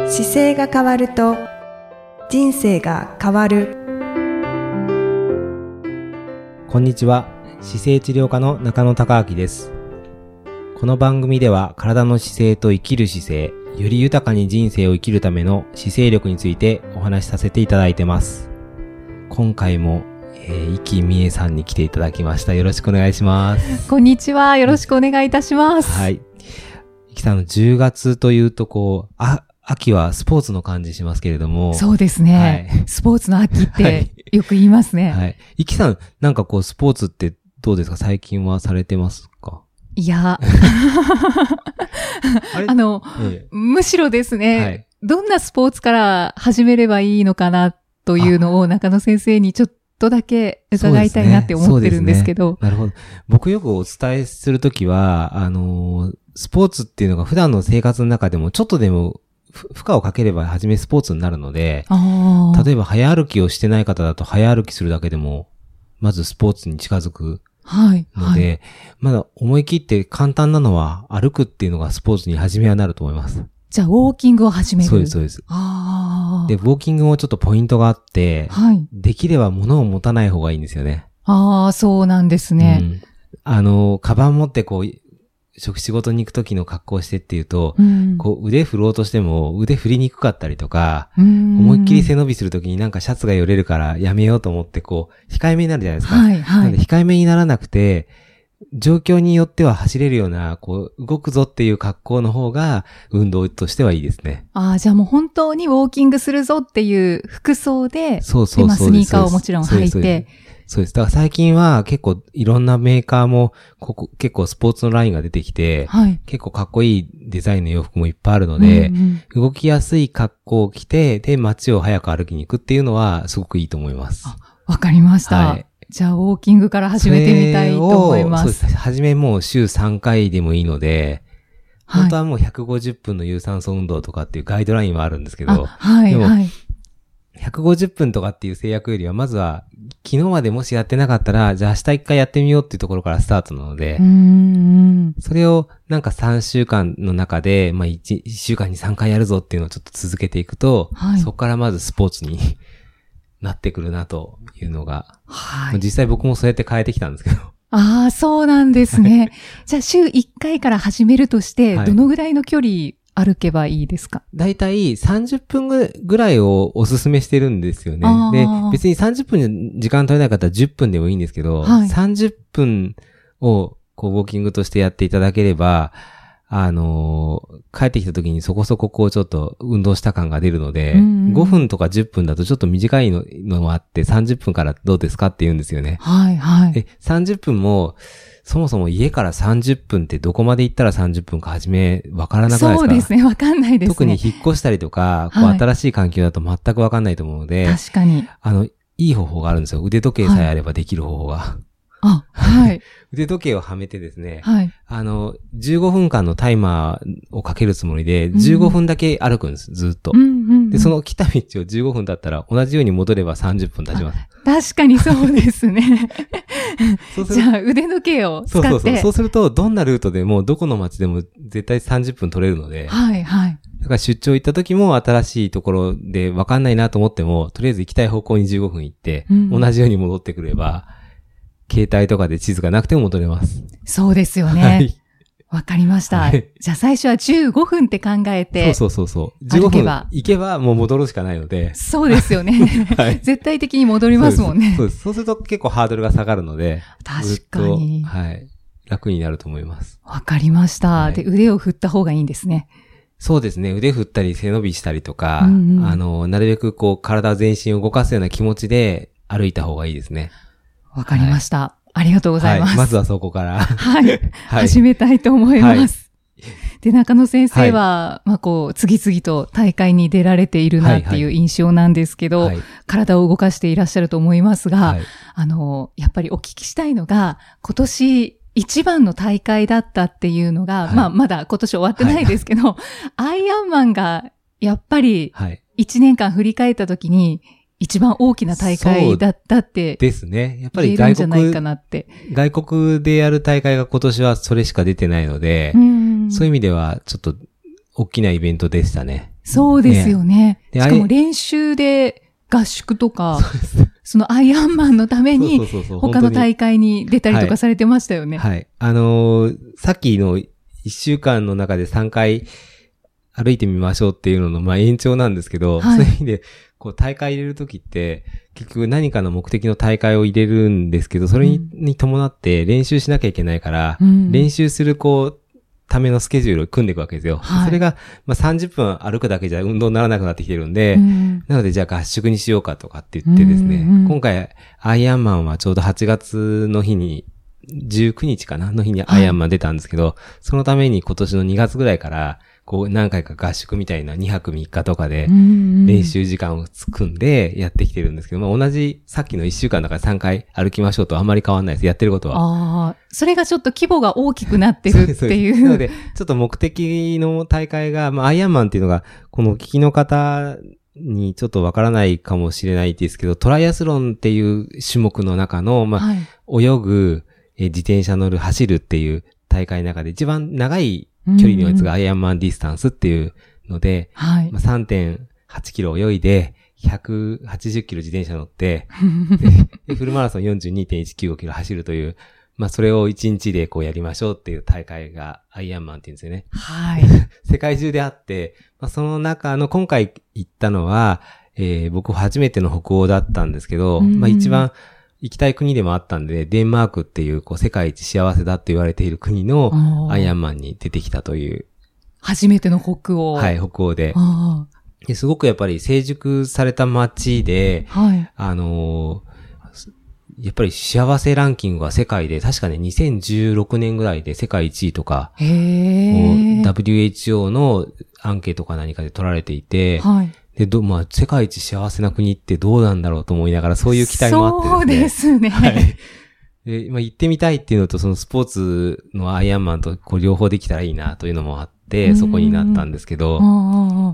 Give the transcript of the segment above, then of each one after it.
姿勢が変わると人生が変わる。 こんにちは。姿勢治療科の中野孝明です。この番組では体の姿勢と生きる姿勢、より豊かに人生を生きるための姿勢力についてお話しさせていただいてます。今回も生きみえさんに来ていただきました。よろしくお願いします。 こんにちは。よろしくお願いいたします。 はい。生きさんの10月というと秋はスポーツの感じしますけれども。 そうですね。はい、スポーツの秋ってよく言いますね。 はい。生きさん、なんかスポーツってどうですか？最近はされてますか？ いや、むしろですね、はい、どんなスポーツから始めればいいのかなというのを中野先生にちょっとだけ伺いたいなって思ってるんですけど。 なるほど。僕よくお伝えするときは、スポーツっていうのが普段の生活の中でもちょっとでも負荷をかければ初めスポーツになるので、例えば早歩きをしてない方だと早歩きするだけでも、まずスポーツに近づくので、はい、まだ思い切って簡単なのは歩くっていうのがスポーツに初めはなると思います。 じゃあ、ウォーキングを始める。 そうです、そうです。で、ウォーキングもちょっとポイントがあって、はい、できれば物を持たない方がいいんですよね。 そうなんですね。 カバン持って仕事に行く時の格好をしてっていうと、腕振ろうとしても腕振りにくかったりとか、思いっきり背伸びする時になんかシャツがよれるからやめようと思って控えめになるじゃないですか。はいはい。なので控えめにならなくて、状況によっては走れるような、動くぞっていう格好の方が運動としてはいいですね。 じゃあもう本当にウォーキングするぞっていう服装で、 そうスニーカーをもちろん履いて、 そうです。だから最近は結構いろんなメーカーも結構スポーツのラインが出てきて、はい、結構かっこいいデザインの洋服もいっぱいあるので、動きやすい格好を着て、で、街を早く歩きに行くっていうのはすごくいいと思います。 わかりました。はい、じゃあウォーキングから始めてみたいと思います。 そうです。初めもう週3回でもいいので、本当はもう150分の有酸素運動とかっていうガイドラインはあるんですけど、でも150分とかっていう制約よりは、まずは、昨日までもしやってなかったら、じゃあ明日一回やってみようっていうところからスタートなので、それをなんか3週間の中で、1週間に3回やるぞっていうのをちょっと続けていくと、そこからまずスポーツになってくるなというのが、実際僕もそうやって変えてきたんですけど。 そうなんですね。じゃあ週1回から始めるとして、どのぐらいの距離歩けばいいですか？ だいたい30分ぐらいをおすすめしてるんですよね。で、別に30分時間取れない方は10分でもいいんですけど、30分をウォーキングとしてやっていただければ、帰ってきた時にそこそこちょっと運動した感が出るので、5分とか10分だとちょっと短いのもあって30分からどうですかって言うんですよね。 はいはい。 で、30分も、そもそも家から30分ってどこまで行ったら30分かわからなくないですか？ そうですね、わかんないですね。 特に引っ越したりとか、新しい環境だと全くわかんないと思うので、 確かに。 いい方法があるんですよ。腕時計さえあればできる方法が。 はい。 腕時計をはめてですね、15分間のタイマーをかけるつもりで、15分だけ歩くんです、ずっと。で、その来た道を15分だったら、同じように戻れば30分経ちます。 確かにそうですね。じゃあ、腕時計を使って。 そうすると、どんなルートでも、どこの街でも絶対30分取れるので。 はいはい。 だから出張行った時も新しいところで分かんないなと思っても、とりあえず行きたい方向に15分行って、同じように戻ってくれば、携帯とかで地図がなくても戻れます。 そうですよね。はい。わかりました。じゃあ最初は15分って考えて。 そう。15分行けばもう戻るしかないので。 そうですよね。はい。絶対的に戻りますもんね。 そうです。そうすると結構ハードルが下がるので。 確かに。 はい。楽になると思います。 わかりました。で、腕を振った方がいいんですね。 そうですね。腕振ったり背伸びしたりとか、なるべく体全身を動かすような気持ちで歩いた方がいいですね。 わかりました。ありがとうございます。 まずはそこから。 はい。始めたいと思います。で、中野先生は、次々と大会に出られているなっていう印象なんですけど、体を動かしていらっしゃると思いますが、やっぱりお聞きしたいのが、今年一番の大会だったっていうのが、まだ今年終わってないですけど、アイアンマンがやっぱり1年間振り返った時に、一番大きな大会だったってですね。やっぱり外国でやる大会が今年はそれしか出てないので、そういう意味ではちょっと大きなイベントでしたね。 そうですよね。しかも練習で合宿とか、そのアイアンマンのために他の大会に出たりとかされてましたよね。 はい。さっきの1週間の中で3回歩いてみましょうっていうのの、まあ延長なんですけど、そういう意味で、こう大会入れるときって、結局何かの目的の大会を入れるんですけど、それに伴って練習しなきゃいけないから、練習するためのスケジュールを組んでいくわけですよ。はい、それが、まあ、30分歩くだけじゃ運動にならなくなってきてるんで、なのでじゃあ合宿にしようかとかって言ってですね、今回アイアンマンはちょうど8月の日に、19日かなの日にアイアンマン出たんですけど、そのために今年の2月ぐらいから、こう何回か合宿みたいな2泊3日とかで練習時間を組んでやってきてるんですけど、まあ同じさっきの1週間だから3回歩きましょうとあんまり変わんないです。やってることは。 ああ、それがちょっと規模が大きくなってるっていう。 なので、ちょっと目的の大会が、まあアイアンマンっていうのが、この聞きの方にちょっとわからないかもしれないですけど、トライアスロンっていう種目の中の、まあ、泳ぐ、自転車乗る、走るっていう大会の中で一番長い距離のやつがアイアンマンディスタンスっていうので、まあ、3.8 キロ泳いで、180キロ自転車乗って、でフルマラソン 42.195 キロ走るという、まあそれを1日でこうやりましょうっていう大会がアイアンマンって言うんですよね。 はい。 世界中であって、まあ、その中の今回行ったのは、僕初めての北欧だったんですけど、まあ一番行きたい国でもあったんで、デンマークっていう世界一幸せだって言われている国のアイアンマンに出てきたという。 初めての北欧。 はい、北欧で。すごくやっぱり成熟された街で、 はい、 やっぱり幸せランキングは世界で、確かね、2016年ぐらいで世界1位とか、WHO のアンケートか何かで取られていて、はい、で、まあ、世界一幸せな国ってどうなんだろうと思いながら、そういう期待もあってですね。 そうですね。はい。 で、まあ、行ってみたいっていうのと、そのスポーツのアイアンマンとこう両方できたらいいなというのもあって、そこになったんですけど。はい。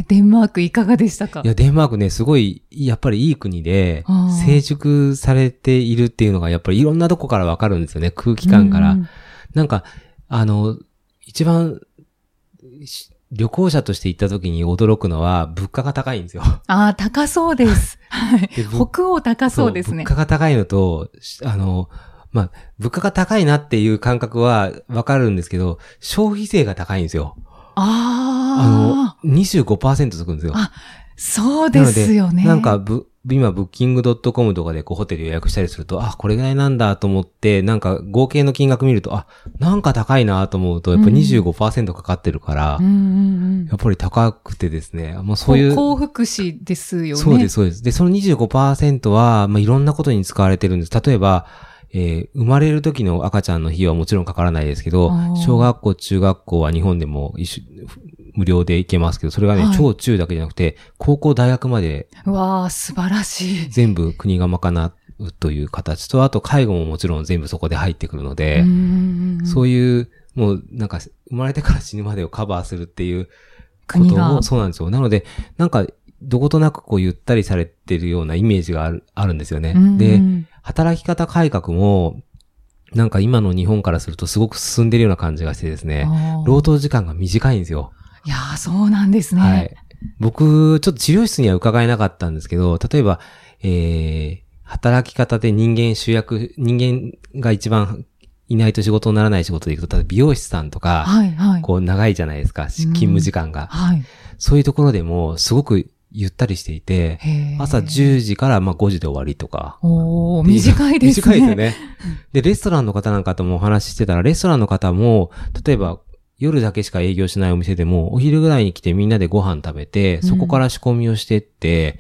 デンマークいかがでしたか？ いや、デンマークね、すごい、やっぱりいい国で、成熟されているっていうのが、やっぱりいろんなとこからわかるんですよね、空気感から。なんか、一番、旅行者として行った時に驚くのは、物価が高いんですよ。 ああ、高そうです。はい。北欧高そうですね。 物価が高いのと、まあ、物価が高いなっていう感覚はわかるんですけど、消費税が高いんですよ。25% つくんですよ。 あ、そうですよね。 なんか今、ブッキング .com とかでホテル予約したりすると、これぐらいなんだと思って、なんか合計の金額見ると、なんか高いなと思うと、やっぱ 25% かかってるから、やっぱり高くてですね、もうそういう。 高福祉ですよね。 そうです、そうです。で、その 25% は、まあ、いろんなことに使われてるんです。例えば、生まれる時の赤ちゃんの費用はもちろんかからないですけど、小学校、中学校は日本でも無料で行けますけど、それがね、はい、小中だけじゃなくて、高校、大学まで。 うわー、素晴らしい。 全部国が賄うという形と、あと介護ももちろん全部そこで入ってくるので、そういう、もうなんか、生まれてから死ぬまでをカバーするっていうことも、そうなんですよ。なので、なんか、どことなくこうゆったりされてるようなイメージがあるんですよね。で、働き方改革も、なんか今の日本からするとすごく進んでるような感じがしてですね、労働時間が短いんですよ。 いやー、そうなんですね。 はい。僕、ちょっと治療室には伺えなかったんですけど、例えば、働き方で人間が一番いないと仕事にならない仕事で行くと、例えば美容師さんとか、こう長いじゃないですか、勤務時間が。そういうところでもすごくゆったりしていて、朝10時からまあ5時で終わりとか。 短いですね。 短いですよね。で、レストランの方なんかともお話ししてたら、レストランの方も、例えば夜だけしか営業しないお店でも、お昼ぐらいに来てみんなでご飯食べて、そこから仕込みをしてって、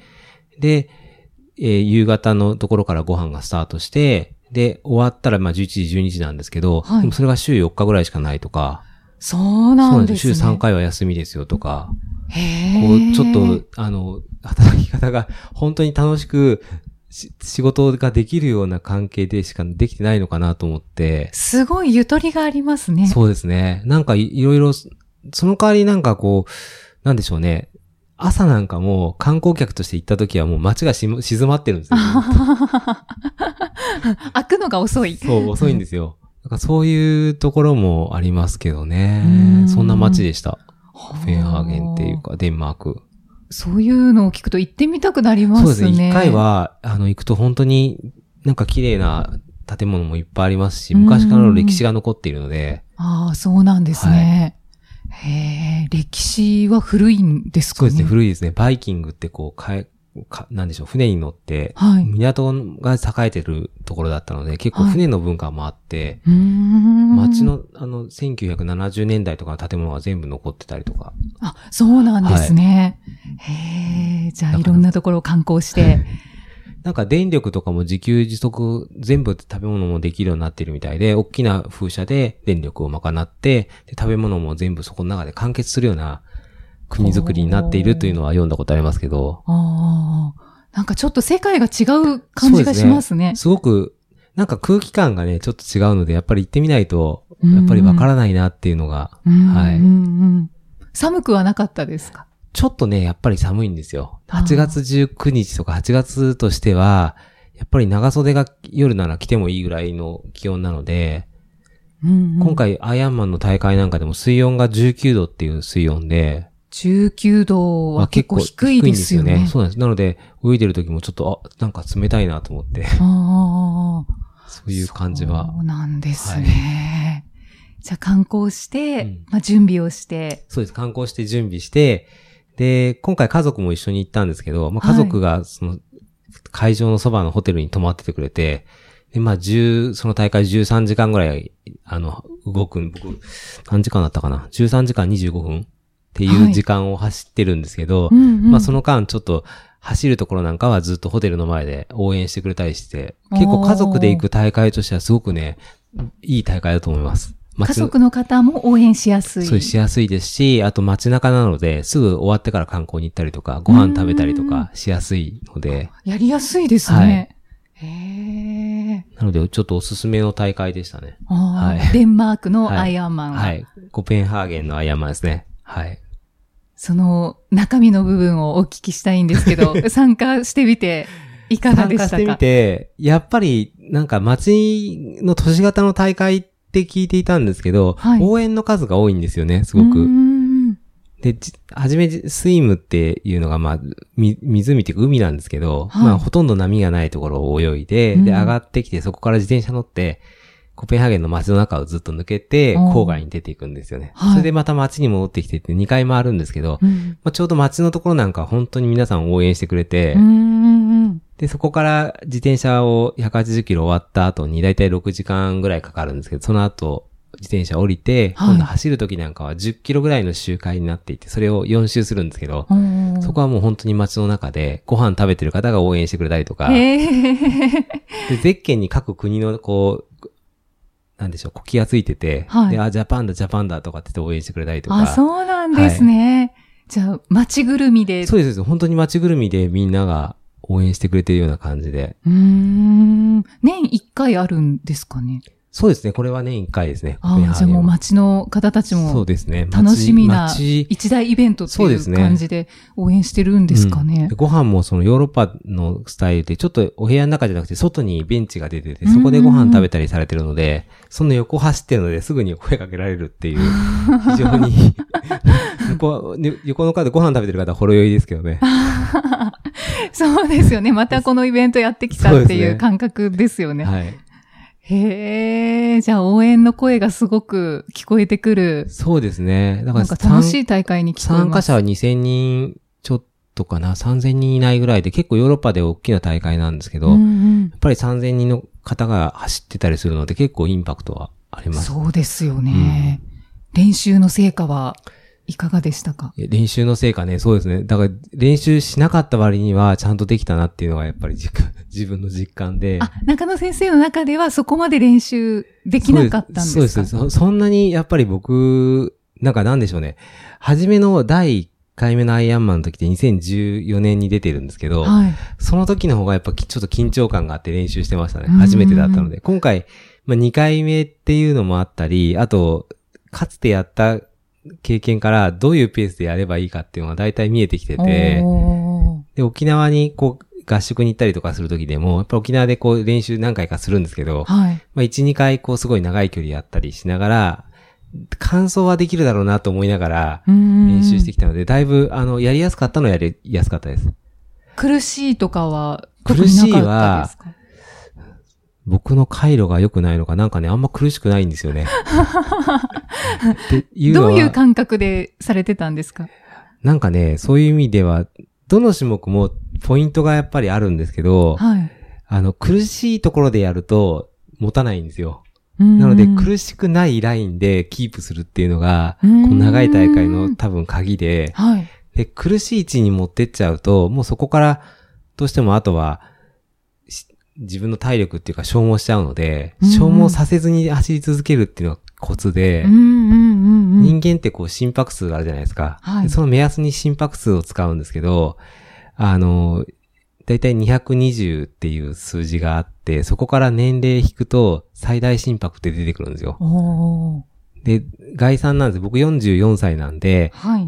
で、夕方のところからご飯がスタートして、で、終わったらまあ11時、12時なんですけど、でもそれが週4日ぐらいしかないとか。 そうなんですね。 週3回は休みですよとか。こう、ちょっと、働き方が本当に楽しく、仕事ができるような関係でしかできてないのかなと思って。 すごいゆとりがありますね。 そうですね。なんかいろいろ、その代わりなんかこう、なんでしょうね。朝なんかも観光客として行った時はもう街が静まってるんですよ、ね。 開くのが遅い。 そう、遅いんですよ。なんかそういうところもありますけどね。そんな街でした。 コペンハーゲンっていうか、デンマーク。 そういうのを聞くと行ってみたくなりますね。 そうですね。一回は、行くと本当になんか綺麗な建物もいっぱいありますし、昔からの歴史が残っているので。 ああ、そうなんですね。はい、へえ、歴史は古いんですかね。 そうですね、古いですね。バイキングってなんでしょう、船に乗って、港が栄えてるところだったので、結構船の文化もあって、街の1970年代とかの建物が全部残ってたりとか。 あ、そうなんですね。へえ、じゃあいろんなところを観光して。 なんか電力とかも自給自足全部食べ物もできるようになっているみたいで、大きな風車で電力を賄って、で食べ物も全部そこの中で完結するような国づくりになっているというのは読んだことありますけど。 なんかちょっと世界が違う感じがしますね。 すごく、なんか空気感がね、ちょっと違うので、やっぱり行ってみないと、やっぱりわからないなっていうのが、はい。 寒くはなかったですか？ ちょっとね、やっぱり寒いんですよ。8月19日とか8月としては、やっぱり長袖が夜なら着てもいいぐらいの気温なので、今回アイアンマンの大会なんかでも水温が19度っていう水温で、 19度は結構低いですよね。 そうなんです。なので、泳いでる時もちょっと、なんか冷たいなと思って。そういう感じは。 そうなんですね。はい、じゃあ観光して、準備をして。 そうです。観光して準備して、で、今回家族も一緒に行ったんですけど、家族がその会場のそばのホテルに泊まっててくれて、で、その大会13時間ぐらい、動く、僕、何時間だったかな ?13 時間25分っていう時間を走ってるんですけど、その間ちょっと走るところなんかはずっとホテルの前で応援してくれたりして、結構家族で行く大会としてはすごくね、いい大会だと思います。 家族の方も応援しやすい。 そうしやすいですし、あと街中なので、すぐ終わってから観光に行ったりとか、ご飯食べたりとかしやすいので。 やりやすいですね。 なので、ちょっとおすすめの大会でしたね。 デンマークのアイアンマンは。コペンハーゲンのアイアンマンですね。はい。 その中身の部分をお聞きしたいんですけど、参加してみていかがでしたか？ 参加してみて、やっぱりなんか街の都市型の大会って聞いていたんですけど、応援の数が多いんですよね、すごく。で、はじめスイムっていうのが湖っていうか海なんですけど、ほとんど波がないところを泳いで、で、上がってきてそこから自転車乗って、コペンハーゲンの街の中をずっと抜けて、郊外に出ていくんですよね。それでまた街に戻ってきてって2回回るんですけど、ちょうど街のところなんか本当に皆さん応援してくれて、で、そこから自転車を180キロ終わった後にだいたい6時間ぐらいかかるんですけど、その後自転車降りて、今度走る時なんかは10キロぐらいの周回になっていて、それを4周するんですけど、そこはもう本当に街の中でご飯食べてる方が応援してくれたりとか、でゼッケンに各国のなんでしょう、国旗がついてて、で、ジャパンだとかって応援してくれたりとか。 そうなんですね。じゃあ、街ぐるみで。 そうです。本当に街ぐるみでみんなが応援してくれてるような感じで。 年1回あるんですかね？ そうですね。これは年1回ですね。 じゃあもう街の方たちも。 そうですね。 楽しみな一大イベントっていう感じで応援してるんですかね。 ご飯もそのヨーロッパのスタイルで、ちょっとお部屋の中じゃなくて外にベンチが出てて、そこでご飯食べたりされてるので、その横走ってるのですぐに声かけられるっていう、非常に横の方でご飯食べてる方はほろ酔いですけどね。 そうですよね。またこのイベントやってきたっていう感覚ですよね。はい。へえ、じゃあ応援の声がすごく聞こえてくる。 そうですね。だからなんか楽しい大会に聞こえます。 参加者は2000人ちょっとかな、3000人いないぐらいで結構ヨーロッパで大きな大会なんですけど、やっぱり3000人の方が走ってたりするので結構インパクトはあります。 そうですよね。練習の成果はいかがでしたか？ 練習の成果ね、そうですね。だから練習しなかった割にはちゃんとできたなっていうのがやっぱり自分の実感で。 中野先生の中ではそこまで練習できなかったんですか？ そうです。そんなにやっぱり僕、なんでしょうね。初めの第1回目のアイアンマンの時って2014年に出てるんですけど、その時の方がやっぱちょっと緊張感があって練習してましたね。初めてだったので。今回、2回目っていうのもあったり、あと、かつてやった経験からどういうペースでやればいいかっていうのが大体見えてきてて、で、沖縄に合宿に行ったりとかするときでも、やっぱり沖縄で練習何回かするんですけど、1、2回すごい長い距離やったりしながら、 完走はできるだろうなと思いながら練習してきたので、だいぶ、やりやすかったのはやりやすかったです。 苦しいとかは特になかったですか？苦しいは、 僕の回路が良くないのか、なんかね、あんま苦しくないんですよね。 どういう感覚でされてたんですか？ なんかね、そういう意味では、どの種目もポイントがやっぱりあるんですけど、はい、苦しいところでやると持たないんですよ。なので、苦しくないラインでキープするっていうのが、この長い大会の多分鍵で、はい、で、苦しい位置に持ってっちゃうと、もうそこからどうしてもあとは、自分の体力っていうか消耗しちゃうので、消耗させずに走り続けるっていうのがコツで、人間ってこう心拍数があるじゃないですか。はい、その目安に心拍数を使うんですけど、だいたい220っていう数字があって、そこから年齢引くと最大心拍って出てくるんですよ。で、概算なんです。僕44歳なんで、はい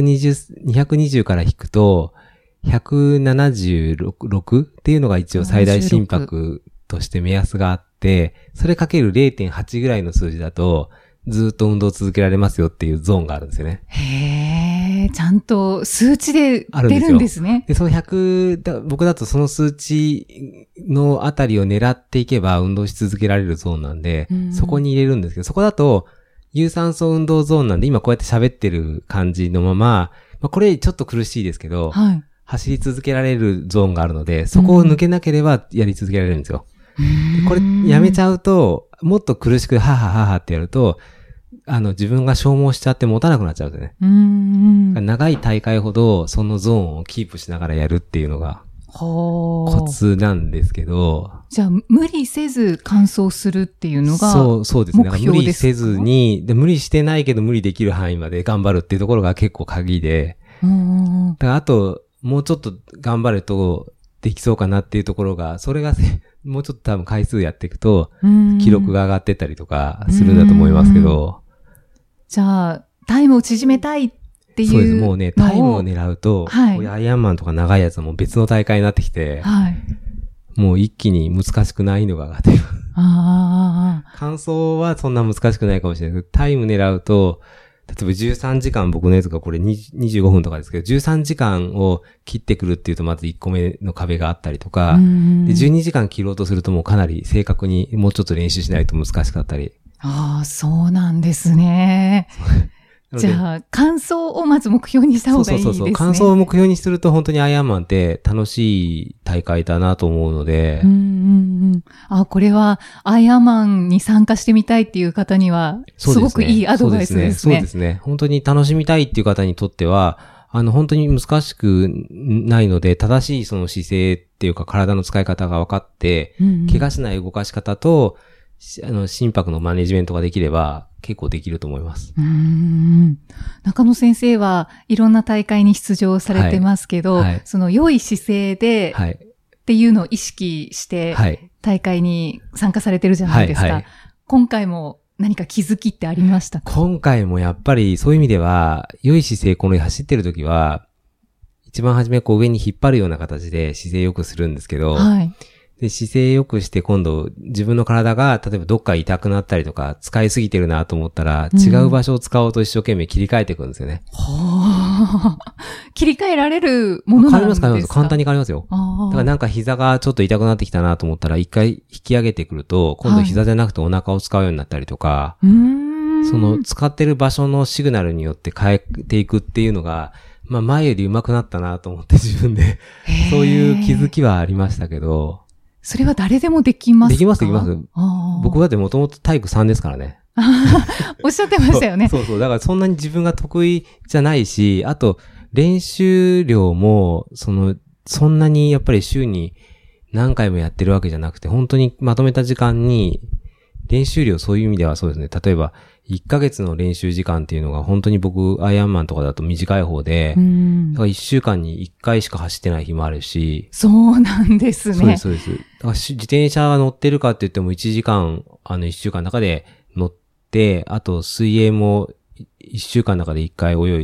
、220から引くと、176っていうのが一応最大心拍として目安があって、それかける 0.8 ぐらいの数字だと、ずっと運動を続けられますよっていうゾーンがあるんですよね。 へー、ちゃんと数値で出るんですね。 で、その僕だとその数値のあたりを狙っていけば運動し続けられるゾーンなんで、そこに入れるんですけど、そこだと有酸素運動ゾーンなんで、今こうやって喋ってる感じのまま、これちょっと苦しいですけど、はい、走り続けられるゾーンがあるので、そこを抜けなければやり続けられるんですよ。これやめちゃうと、もっと苦しくははははってやると、自分が消耗しちゃって持たなくなっちゃうんですよね。長い大会ほどそのゾーンをキープしながらやるっていうのがコツなんですけど。 じゃあ無理せず完走するっていうのがそうですね。無理せずに、無理してないけど無理できる範囲まで頑張るっていうところが結構鍵で。だからあと、もうちょっと頑張るとできそうかなっていうところが、それがもうちょっと多分回数やっていくと、記録が上がってったりとかするんだと思いますけど。 じゃあ、タイムを縮めたいっていう。そうです。 もうね、タイムを狙うと、はい、アイアンマンとか長いやつはもう別の大会になってきて、はい、もう一気に難しく難易度が上がってる。完走はそんな難しくないかもしれないけど、タイム狙うと、例えば13時間、僕のやつがこれ25分とかですけど、13時間を切ってくるっていうとまず1個目の壁があったりとか、で12時間切ろうとするともうかなり正確にもうちょっと練習しないと難しかったり。 ああ、そうなんですね。じゃあ、完走をまず目標にした方がいいですね。そう。 完走を目標にすると本当にアイアンマンって楽しい大会だなと思うので。 これはアイアンマンに参加してみたいっていう方には、すごくいいアドバイスですね。 そうですね。本当に楽しみたいっていう方にとっては、本当に難しくないので、正しいその姿勢っていうか体の使い方が分かって、怪我しない動かし方と、心拍のマネジメントができれば結構できると思います。 中野先生はいろんな大会に出場されてますけど、その良い姿勢で、っていうのを意識して大会に参加されてるじゃないですか。今回も何か気づきってありましたか？ 今回もやっぱりそういう意味では、良い姿勢、この走ってる時は、一番初めこう上に引っ張るような形で姿勢良くするんですけど、で、姿勢良くして今度自分の体が例えばどっか痛くなったりとか使いすぎてるなと思ったら、違う場所を使おうと一生懸命切り替えていくんですよね。 切り替えられるものなんですか？ 変わります。簡単に変わりますよ。だからなんか膝がちょっと痛くなってきたなと思ったら一回引き上げてくると、今度膝じゃなくてお腹を使うようになったりとか、その使ってる場所のシグナルによって変えていくっていうのが、前より上手くなったなと思って自分で、そういう気づきはありましたけど、 それは誰でもできますか？できます。僕だってもともと体育3ですからね。 おっしゃってましたよね。 そう。だからそんなに自分が得意じゃないし、あと練習量も、そんなにやっぱり週に何回もやってるわけじゃなくて、本当にまとめた時間に、練習量そういう意味ではそうですね。例えば、1ヶ月の練習時間っていうのが本当に僕、アイアンマンとかだと短い方で、だから1週間に1回しか走ってない日もあるし。 そうなんですね。 そうです。だから自転車が乗ってるかって言っても1時間、1週間の中で乗って、あと水泳も1週間の中で1回泳いでって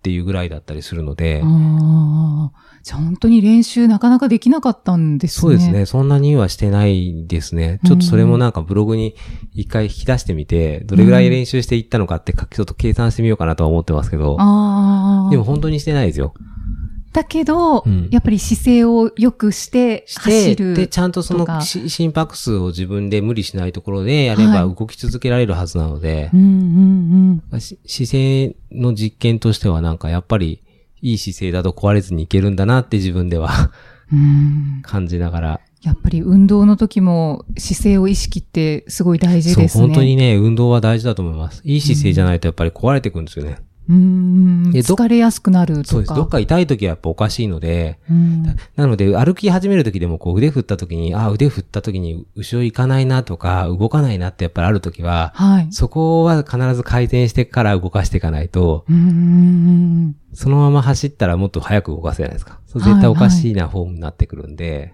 っていうぐらいだったりするので。 じゃあ本当に練習なかなかできなかったんですね。 そうですね。そんなにはしてないですね。ちょっとそれもなんかブログに一回引き出してみて、どれぐらい練習していったのかってちょっと計算してみようかなとは思ってますけど。でも本当にしてないですよ。 だけど、やっぱり姿勢を良くして走る。 で、ちゃんとその心拍数を自分で無理しないところでやれば動き続けられるはずなので、姿勢の実験としてはなんかやっぱりいい姿勢だと壊れずにいけるんだなって自分では感じながら。 やっぱり運動の時も姿勢を意識ってすごい大事ですね。 そう、本当にね、運動は大事だと思います。いい姿勢じゃないとやっぱり壊れていくんですよね。 疲れやすくなるとか。 そうです。どっか痛い時はやっぱおかしいので、なので歩き始める時でもこう腕振った時に、腕振った時に後ろ行かないなとか、動かないなってやっぱりある時は、そこは必ず改善してから動かしていかないと、そのまま走ったらもっと早く動かせないですか。絶対おかしいなフォームになってくるんで。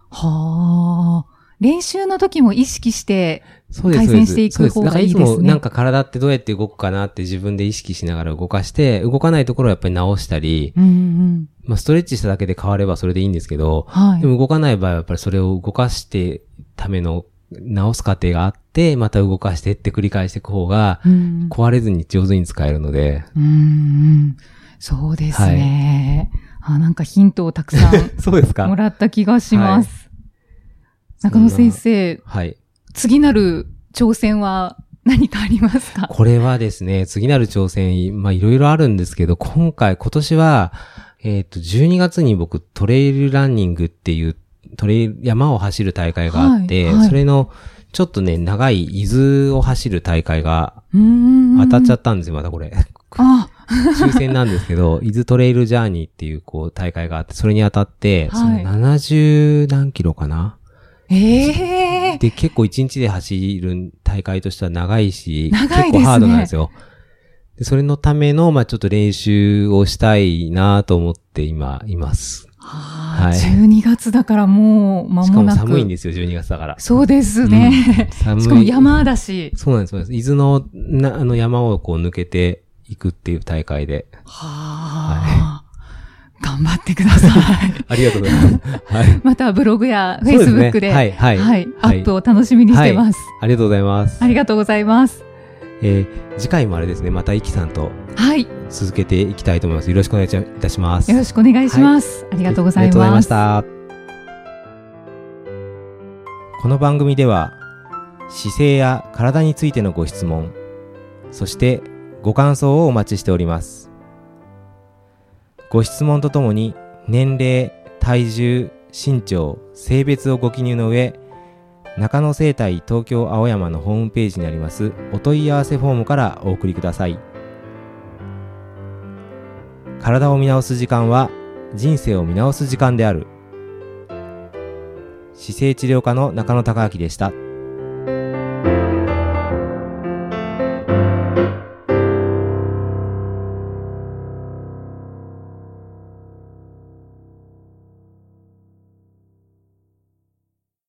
練習の時も意識して改善していく方がいいですね。 だからいつもなんか体ってどうやって動くかなって自分で意識しながら動かして、動かないところをやっぱり直したり、ストレッチしただけで変わればそれでいいんですけど、でも動かない場合はやっぱりそれを動かしてための直す過程があって、また動かしてって繰り返していく方が、壊れずに上手に使えるので。 そうですね。なんかヒントをたくさんそうですか。 もらった気がします。中野先生、次なる挑戦は何かありますか？ これはですね、次なる挑戦、いろいろあるんですけど、今年は、12月に僕トレイルランニングっていう山を走る大会があって、それのちょっとね、長い伊豆を走る大会が当たっちゃったんですよ、またこれ。抽選なんですけど、伊豆トレイルジャーニーっていう大会があって、それに当たって、その70何キロかな？で、結構1日で走る大会としては長いし、結構ハードなんですよ。で、それのための、ちょっと練習をしたいなと思って今、います。 12月だからもう間もなく。 しかも寒いんですよ、12月だから。 そうですね。寒い。しかも山だし。 そうなんです、そうなんです。伊豆の山をこう抜けていくっていう大会で。 頑張ってください。 ありがとうございます。 またブログやフェイスブックで、アップを楽しみにしてます。 ありがとうございます。 ありがとうございます。 次回もあれですね、またイキさんと続けていきたいと思います。よろしくお願いいたします。 よろしくお願いします。ありがとうございます。ありがとうございました。 この番組では姿勢や体についてのご質問、そしてご感想をお待ちしております。ご質問とともに年齢、体重、身長、性別をご記入の上、中野生態東京青山のホームページにありますお問い合わせフォームからお送りください。体を見直す時間は人生を見直す時間である。姿勢治療科の中野孝明でした。